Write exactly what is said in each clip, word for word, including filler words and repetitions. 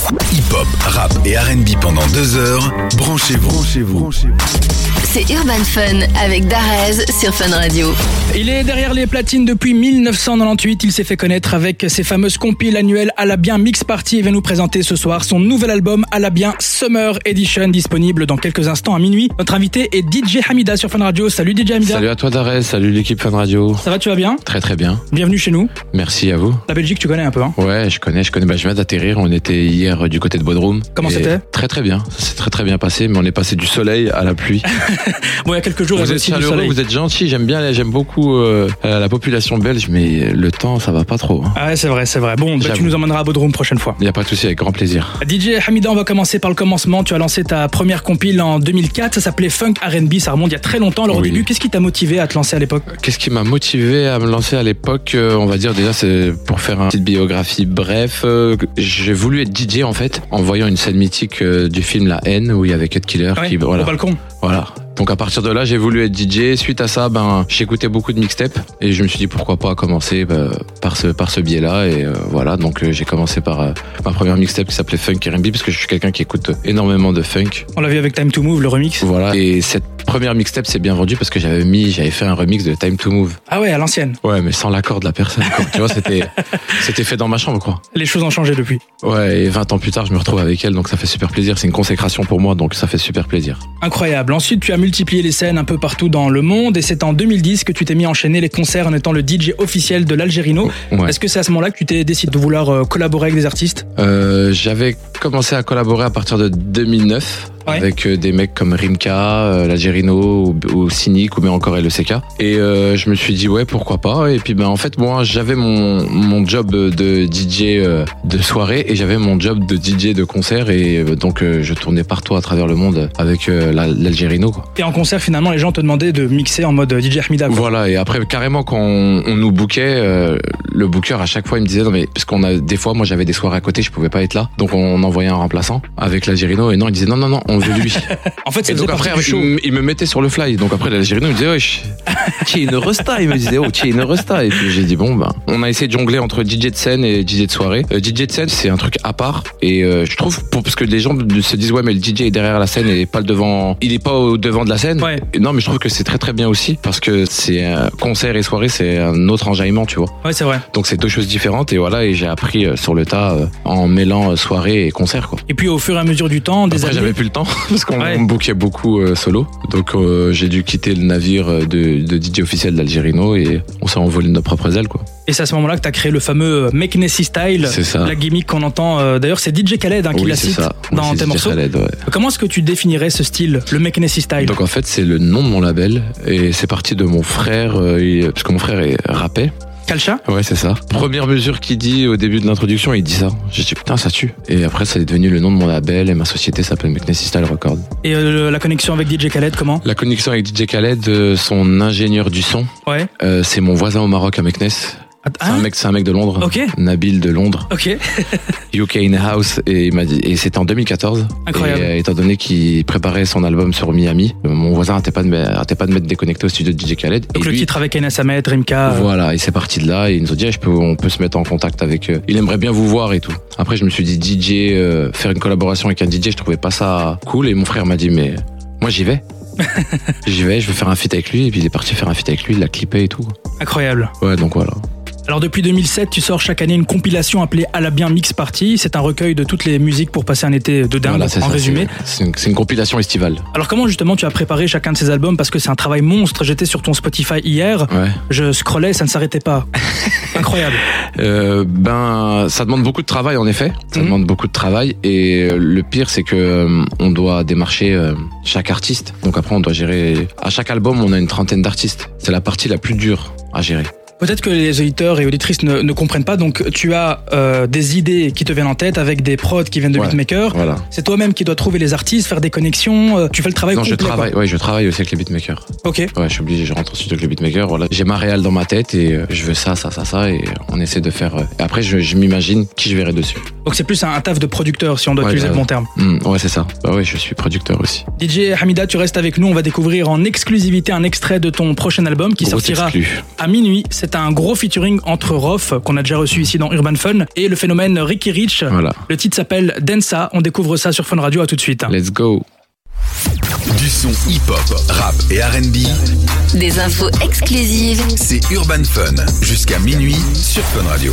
Hip-hop, rap et R and B pendant deux heures. Branchez-vous. Branchez-vous. Branchez-vous. C'est Urban Fun avec Darez sur Fun Radio. Il est derrière les platines depuis dix-neuf cent quatre-vingt-dix-huit. Il s'est fait connaître avec ses fameuses compiles annuelles À la bien Mix Party et vient nous présenter ce soir son nouvel album À la bien Summer Edition, disponible dans quelques instants à minuit. Notre invité est D J Hamida sur Fun Radio. Salut D J Hamida. Salut à toi Darez, salut l'équipe Fun Radio. Ça va, tu vas bien? Très très bien. Bienvenue chez nous. Merci à vous. La Belgique, tu connais un peu, hein? Ouais, je connais, je connais. Bah, je viens d'atterrir. On était hier du côté de Bodrum. Comment c'était? Très très bien. Ça s'est très très bien passé, mais on est passé du soleil à la pluie. Bon, il y a quelques jours, vous êtes chaleureux, vous êtes gentil. J'aime bien, j'aime beaucoup euh, la population belge, mais le temps, ça va pas trop. Hein. Ah ouais, c'est vrai, c'est vrai. Bon, bah, tu nous emmèneras à Bodrum prochaine fois. Il y a pas de souci, avec grand plaisir. D J Hamida, on va commencer par le commencement. Tu as lancé ta première compile en deux mille quatre. Ça s'appelait Funk R and B. Ça remonte il y a très longtemps. Alors oui. Au début, qu'est-ce qui t'a motivé à te lancer à l'époque? Qu'est-ce qui m'a motivé à me lancer à l'époque? euh, On va dire déjà, c'est pour faire une petite biographie. Bref, euh, j'ai voulu être D J en fait, en voyant une scène mythique euh, du film La Haine où il y avait Cut Killer ouais, qui voilà. Au balcon. Voilà. Donc à partir de là, j'ai voulu être D J. Suite à ça, ben j'écoutais beaucoup de mixtapes et je me suis dit pourquoi pas commencer bah, par ce par ce biais-là. Et euh, voilà, donc euh, j'ai commencé par euh, ma première mixtape qui s'appelait Funk R and B parce que je suis quelqu'un qui écoute énormément de funk. On l'a vu avec Time to Move, le remix. Voilà. Et cette première mixtape s'est bien vendue parce que j'avais mis, j'avais fait un remix de Time to Move. Ah ouais, à l'ancienne. Ouais, mais sans l'accord de la personne. Quoi. Tu vois, c'était c'était fait dans ma chambre, quoi. Les choses ont changé depuis. Ouais, et vingt ans plus tard, je me retrouve avec elle, donc ça fait super plaisir. C'est une consécration pour moi, donc ça fait super plaisir. Incroyable. Ensuite, tu as multiplié les scènes un peu partout dans le monde et c'est en deux mille dix que tu t'es mis à enchaîner les concerts en étant le D J officiel de l'Algérino. Ouais. Est-ce que c'est à ce moment-là que tu t'es décidé de vouloir euh, collaborer avec des artistes? euh, J'avais commencé à collaborer à partir de deux mille neuf. Ouais. Avec des mecs comme Rimka, euh, l'Algérino ou, ou Cynic ou même encore L E C K. Et euh, je me suis dit ouais, pourquoi pas. Et puis ben en fait moi j'avais mon mon job de D J euh, de soirée et j'avais mon job de D J de concert et euh, donc euh, je tournais partout à travers le monde avec euh, la, l'Algérino quoi. Et en concert finalement les gens te demandaient de mixer en mode D J Hamida. Quoi. Voilà, et après carrément quand on, on nous bookait, euh, le booker à chaque fois il me disait non mais parce qu'on a des fois moi j'avais des soirées à côté, je pouvais pas être là. Donc on envoyait un remplaçant avec l'Algérino et non il disait non non non on veut lui. En fait, ça et donc après, il, il me mettait sur le fly. Donc après, l'Algérino me disait, wesh, tu es une resta. Il me disait, oh, tu es une resta. Et puis j'ai dit, bon, ben, on a essayé de jongler entre D J de scène et D J de soirée. Euh, D J de scène, c'est un truc à part. Et euh, je trouve, pour, parce que les gens se disent, ouais, mais le D J est derrière la scène et pas le devant. Il est pas au devant de la scène. Ouais. Et non, mais je trouve que c'est très très bien aussi parce que c'est un concert et soirée, c'est un autre enjaillement, tu vois. Ouais, c'est vrai. Donc c'est deux choses différentes. Et voilà, et j'ai appris sur le tas euh, en mêlant soirée et concert, quoi. Et puis au fur et à mesure du temps, des après, années. J'avais plus le temps parce qu'on ouais. me bookait beaucoup euh, solo. Donc euh, j'ai dû quitter le navire de, de D J officiel d'Algérino et on s'est envolé de nos propres ailes, quoi. Et c'est à ce moment-là que tu as créé le fameux Meknessi Style. C'est ça. La gimmick qu'on entend. Euh, d'ailleurs, c'est D J Khaled hein, qui oui, la cite ça. dans oui, tes morceaux. Khaled, ouais. Comment est-ce que tu définirais ce style, le Meknessi Style? Donc en fait, c'est le nom de mon label et c'est parti de mon frère, euh, il, parce que mon frère est rappait. Kalcha? Ouais, c'est ça. Première mesure qu'il dit au début de l'introduction, il dit ça. J'ai dit putain, ça tue. Et après, ça est devenu le nom de mon label et ma société s'appelle Meknessi Style Record. Et euh, la connexion avec D J Khaled, comment? La connexion avec D J Khaled, euh, son ingénieur du son. Ouais. Euh, c'est mon voisin au Maroc à Meknès. C'est un mec, c'est un mec de Londres. Ok. Nabil de Londres. Ok. U K in the house et il m'a dit et c'était en deux mille quatorze. Incroyable. Et euh, étant donné qu'il préparait son album sur Miami, mon voisin arrêtait pas de arrêtait pas de mettre déconnecté au studio de D J Khaled. Donc et le lui, titre avec Enes Ahmed, Rimka. Voilà, et c'est parti de là et ils nous ont dit ah, je peux on peut se mettre en contact avec eux. Il aimerait bien vous voir et tout. Après je me suis dit D J euh, faire une collaboration avec un D J, je trouvais pas ça cool et mon frère m'a dit mais moi j'y vais. J'y vais, je veux faire un feat avec lui et puis il est parti faire un feat avec lui, il l'a clippé et tout. Incroyable. Ouais, donc voilà. Alors depuis deux mille sept, tu sors chaque année une compilation appelée À la bien Mix Party. C'est un recueil de toutes les musiques pour passer un été de dingue, voilà, en ça, résumé. C'est, c'est, une, c'est une compilation estivale. Alors comment justement tu as préparé chacun de ces albums? Parce que c'est un travail monstre. J'étais sur ton Spotify hier, ouais. Je scrollais, ça ne s'arrêtait pas. Incroyable. Euh, ben, ça demande beaucoup de travail en effet. Ça mmh. demande beaucoup de travail et le pire c'est que euh, on doit démarcher euh, chaque artiste. Donc après on doit gérer. À chaque album on a une trentaine d'artistes. C'est la partie la plus dure à gérer. Peut-être que les auditeurs et auditrices ne, ne comprennent pas, donc tu as euh, des idées qui te viennent en tête avec des prods qui viennent de ouais, beatmakers. Voilà. C'est toi-même qui dois trouver les artistes, faire des connexions. Euh, tu fais le travail non, complet. Non, je travaille. Ouais, je travaille aussi avec les beatmakers. Ok. Ouais, je suis obligé. Je rentre ensuite avec les beatmakers. Voilà, j'ai ma réal dans ma tête et euh, je veux ça, ça, ça, ça, et on essaie de faire. Euh, et après, je, je m'imagine qui je verrai dessus. Donc c'est plus un, un taf de producteur, si on doit ouais, utiliser bah, le bon terme. Mm, ouais, c'est ça. Bah ouais, je suis producteur aussi. D J Hamida, tu restes avec nous. On va découvrir en exclusivité un extrait de ton prochain album qui Gros sortira exclu. à minuit. C'est C'est un gros featuring entre Rof, qu'on a déjà reçu ici dans Urban Fun, et le phénomène Ricky Rich. Voilà. Le titre s'appelle Densa. On découvre ça sur Fun Radio. À tout de suite. Let's go. Du son hip-hop, rap et R and B. Des infos exclusives. C'est Urban Fun. Jusqu'à minuit sur Fun Radio.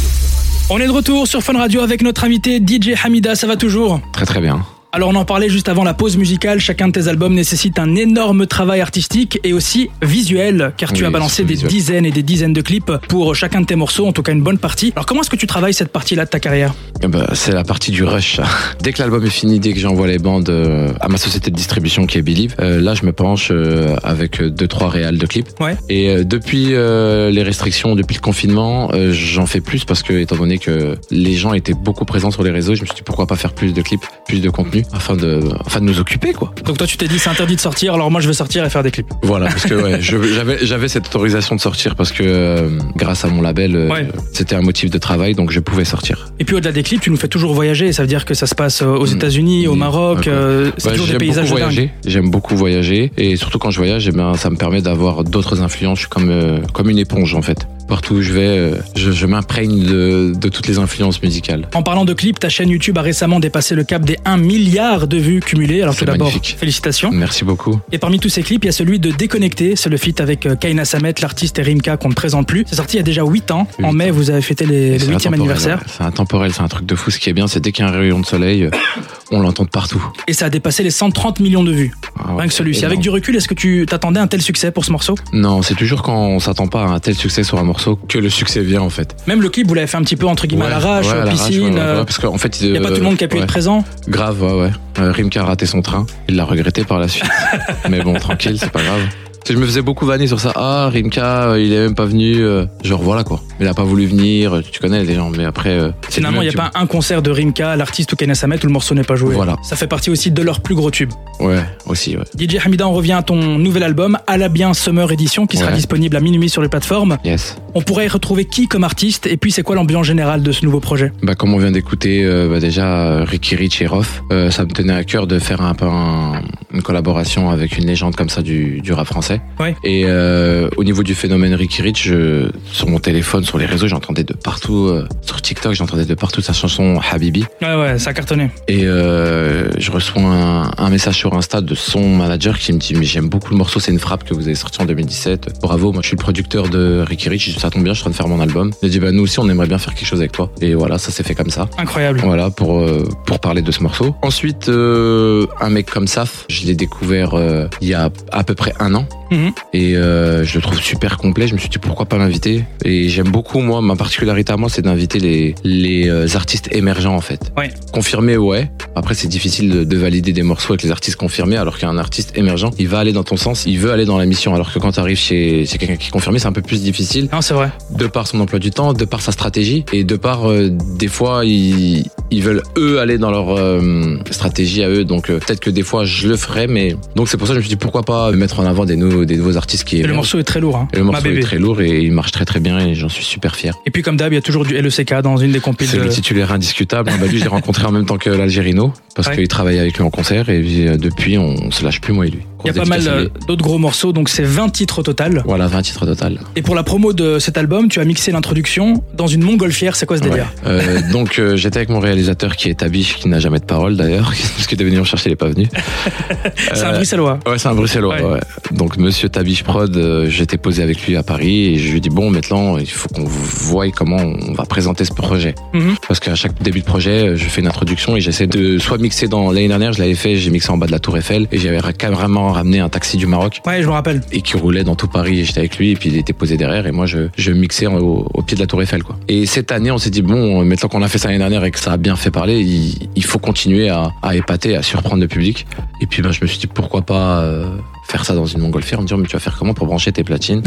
On est de retour sur Fun Radio avec notre invité D J Hamida. Ça va toujours ? Très très bien. Alors on en parlait juste avant la pause musicale, chacun de tes albums nécessite un énorme travail artistique et aussi visuel, car tu oui, as balancé des visuel. dizaines et des dizaines de clips pour chacun de tes morceaux, en tout cas une bonne partie. Alors comment est-ce que tu travailles cette partie-là de ta carrière ? Eh ben, c'est la partie du rush. Dès que l'album est fini, dès que j'envoie les bandes euh, à ma société de distribution qui est Believe, euh, là je me penche euh, avec deux trois réals de clips. Ouais. Et euh, depuis euh, les restrictions, depuis le confinement, euh, j'en fais plus parce que étant donné que les gens étaient beaucoup présents sur les réseaux, je me suis dit pourquoi pas faire plus de clips, plus de contenu afin de afin de nous occuper quoi. Donc toi tu t'es dit c'est interdit de sortir, alors moi je vais sortir et faire des clips. Voilà, parce que ouais, je- j'avais j'avais cette autorisation de sortir parce que euh, grâce à mon label, euh, Ouais. c'était un motif de travail donc je pouvais sortir. Et puis au-delà des clips, tu nous fais toujours voyager, ça veut dire que ça se passe aux États-Unis, au Mmh. Maroc, Ouais, euh, c'est Bah, toujours des j'aime paysages beaucoup de dingue. voyager. J'aime beaucoup voyager et surtout quand je voyage, eh ben ça me permet d'avoir d'autres influences. Je suis comme euh, comme une éponge en fait. Partout où je vais, euh, je, je m'imprègne de, de toutes les influences musicales. En parlant de clips, ta chaîne YouTube a récemment dépassé le cap des un milliard de vues cumulées. Alors C'est tout d'abord, magnifique. félicitations. Merci beaucoup. Et parmi tous ces clips, il y a celui de Déconnecté. C'est le feat avec euh, Kaina Samet, l'artiste, et Rimka qu'on ne présente plus. C'est sorti il y a déjà huit ans. En Huit mai, ans. vous avez fêté les- le C'est huitième intemporel, anniversaire. ouais. C'est intemporel, c'est un truc de fou. Ce qui est bien, c'est dès qu'il y a un rayon de soleil, euh, on l'entend de partout. Et ça a dépassé les cent trente millions de vues. Ah ouais, Rien que celui-ci. énorme. Avec du recul, est-ce que tu t'attendais à un tel succès pour ce morceau ? Non, c'est toujours quand on s'attend pas à un tel succès sur un morceau que le succès vient en fait. Même le clip, vous l'avez fait un petit peu entre guillemets à Ouais, l'arrache, ouais, à l'arrache, piscine. ouais, ouais, euh, ouais, parce qu'en fait, Il n'y a pas tout le monde qui a pu ouais. être présent. Grave, ouais, ouais. Euh, Rimka a raté son train. Il l'a regretté par la suite. Mais bon, tranquille, c'est pas grave. Parce que je me faisais beaucoup vanner sur ça. Ah, Rimka, euh, il est même pas venu. euh, Genre voilà quoi. Il a pas voulu venir. Tu connais les gens. Mais après, euh, c'est Finalement, il lui-même n'y a qui- pas un concert de Rimka, l'artiste ou Kaina Samet où le morceau n'est pas joué. Voilà. Ça fait partie aussi de leurs plus gros tubes. Ouais, aussi, ouais. D J Hamida, on revient à ton nouvel album, À la bien Summer Edition, qui sera Ouais. disponible à minuit sur les plateformes. Yes. On pourrait y retrouver qui comme artiste et puis c'est quoi l'ambiance générale de ce nouveau projet ? Bah comme on vient d'écouter euh, bah, déjà euh, Ricky Rich et Rof, euh, ça me tenait à cœur de faire un peu un- une collaboration avec une légende comme ça du, du rap français. Ouais. Et euh, au niveau du phénomène Ricky Rich, je, sur mon téléphone, sur les réseaux, j'entendais de partout, euh, sur TikTok, j'entendais de partout sa chanson Habibi. Ouais, ouais, ça a cartonné. Et euh, je reçois un, un message sur Insta de son manager qui me dit mais j'aime beaucoup le morceau, c'est une frappe que vous avez sorti en deux mille dix-sept. Bravo, moi je suis le producteur de Ricky Rich, ça tombe bien, je suis en train de faire mon album. Il a dit bah nous aussi on aimerait bien faire quelque chose avec toi. Et voilà, ça s'est fait comme ça. Incroyable. Voilà pour euh, pour parler de ce morceau. Ensuite, euh, un mec comme Saf, je l'ai découvert euh, il y a à peu près un an. Mhm. Et euh, je le trouve super complet. Je me suis dit pourquoi pas l'inviter. Et j'aime beaucoup moi, ma particularité à moi, c'est d'inviter les les euh, artistes émergents en fait. Ouais. Confirmés, ouais. Après, c'est difficile de, de valider des morceaux avec les artistes confirmés, alors qu'un artiste émergent, il va aller dans ton sens, il veut aller dans la mission. Alors que quand tu arrives chez, chez quelqu'un qui est confirmé, c'est un peu plus difficile, Non, c'est vrai. de par son emploi du temps, de par sa stratégie, et de par euh, des fois ils, ils veulent eux aller dans leur euh, stratégie à eux. Donc euh, peut-être que des fois je le ferai, mais donc c'est pour ça que je me suis dit pourquoi pas mettre en avant des nouveaux, des nouveaux artistes qui Et le émergent. morceau est très lourd. Hein. Et le Ma morceau bébé. est très lourd et il marche très très bien et j'en suis super fier. Et puis comme d'hab, il y a toujours du L E C K dans une des compiles. C'est de- le titulaire indiscutable. Bah, lui, je l'ai rencontré en même temps que l'Algérino parce Ouais. qu'il travaillait avec lui en concert et puis, euh, depuis, on se lâche plus, moi et lui. Il y a Grosse pas mal dédicace à euh, lui. d'autres gros morceaux, donc c'est vingt titres au total. Voilà, vingt titres total. Et pour la promo de cet album, tu as mixé l'introduction dans une montgolfière. C'est quoi ce délire ? Ouais. Euh, donc, euh, j'étais avec mon réalisateur qui est Tabiche, qui n'a jamais de parole d'ailleurs, parce qu'il est venu me chercher, il est pas venu. C'est un Euh, bruxellois. Ouais, c'est un bruxellois. Ouais. Ouais. Donc, monsieur Tabiche Prod, euh, j'étais posé avec lui à Paris et je lui ai dit bon, maintenant, il faut qu'on voie comment on va présenter ce projet. Mhm. Parce qu'à chaque début de projet, je fais une introduction et j'essaie de soit mixer dans l'année dernière, je l'avais fait, j'ai mixé en bas de la Tour Eiffel et j'avais carrément ramené un taxi du Maroc Ouais, je me rappelle. et qui roulait dans tout Paris et j'étais avec lui et puis il était posé derrière et moi je, je mixais en- au, au pied de la Tour Eiffel quoi. Et cette année, on s'est dit bon, maintenant qu'on a fait ça l'année dernière et que ça a bien fait parler, il, il faut continuer à, à épater, à surprendre le public. Et puis ben, je me suis dit pourquoi pas euh, faire ça dans une montgolfière, me dire mais tu vas faire comment pour brancher tes platines.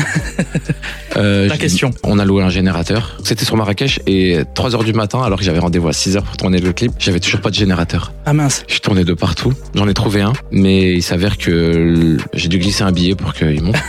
euh, La je- question. On a loué un générateur. C'était sur Marrakech et trois heures du matin, alors que j'avais rendez-vous à six heures pour tourner le clip, j'avais toujours pas de générateur. Ah mince. Je tournais de partout. J'en ai trouvé un, mais il s'avère que l- j'ai dû glisser un billet pour qu'il monte.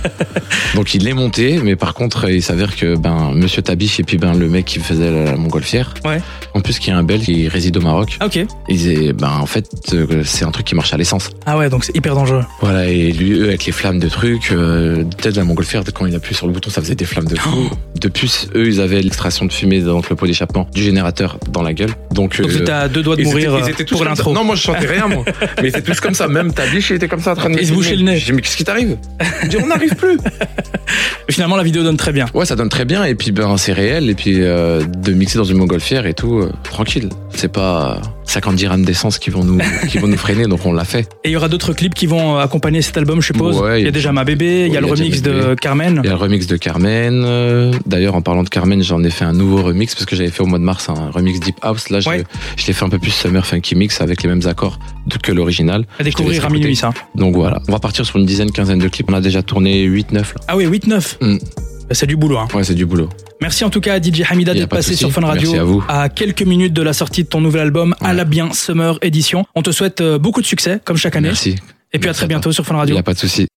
Donc il est monté, mais par contre, il s'avère que ben Monsieur Tabiche et puis ben le mec qui faisait la, la montgolfière, Ouais. en plus qui est un Belge qui réside au Maroc, Ah, ok. il disait ben en fait euh, c'est un truc qui marche à l'essence. Ah ouais, donc c'est hyper dangereux. Voilà, et Et lui, eux, avec les flammes de trucs, euh, peut-être la montgolfière, quand il appuie sur le bouton, ça faisait des flammes de fou. De plus, eux, ils avaient l'extraction de fumée dans le pot d'échappement du générateur dans la gueule. Donc, Donc euh, vous étiez à deux doigts de ils mourir étaient- ils étaient tous pour comme ça. l'intro. Non, moi je chantais rien, moi. Mais c'est tous comme ça. Même ta biche, il était comme ça en train de me Il se bouchait filmer. le nez. J'ai dit, mais qu'est-ce qui t'arrive? Il dit, on n'arrive plus. Finalement, la vidéo donne très bien. Ouais, ça donne très bien. Et puis, ben, c'est réel. Et puis, euh, de mixer dans une montgolfière et tout, euh, tranquille. C'est pas cinquante dirhams d'essence qui vont nous, qui vont nous freiner. Donc, on l'a fait. Et il y aura d'autres clips qui vont accompagner cet album, je suppose. Ouais, il y a déjà Ma Bébé, il y a ouais, le il y a remix déjà Ma de Bébé. Carmen. Il y a le remix de Carmen. Euh, D'ailleurs, en parlant de Carmen, j'en ai fait un nouveau remix parce que j'avais fait au mois de mars un remix Deep House. Là, je, Ouais. je l'ai fait un peu plus Summer Funky Mix avec les mêmes accords de- que l'original. À découvrir Je te à laisse minuit, écouter. ça. Donc voilà, on va partir sur une dizaine, quinzaine de clips. On a déjà tourné huit neuf là. Ah oui, huit neuf. Mm. C'est du boulot, hein. Ouais, c'est du boulot. Merci en tout cas à D J Hamida Y a d'être pas de passé souci. sur Fun Radio Merci à vous. quelques minutes de la sortie de ton nouvel album À Ouais. la bien Summer Edition. On te souhaite euh, beaucoup de succès, comme chaque année. Merci. Et puis à Merci très à bientôt sur Fun Il Radio. n'y a pas de souci.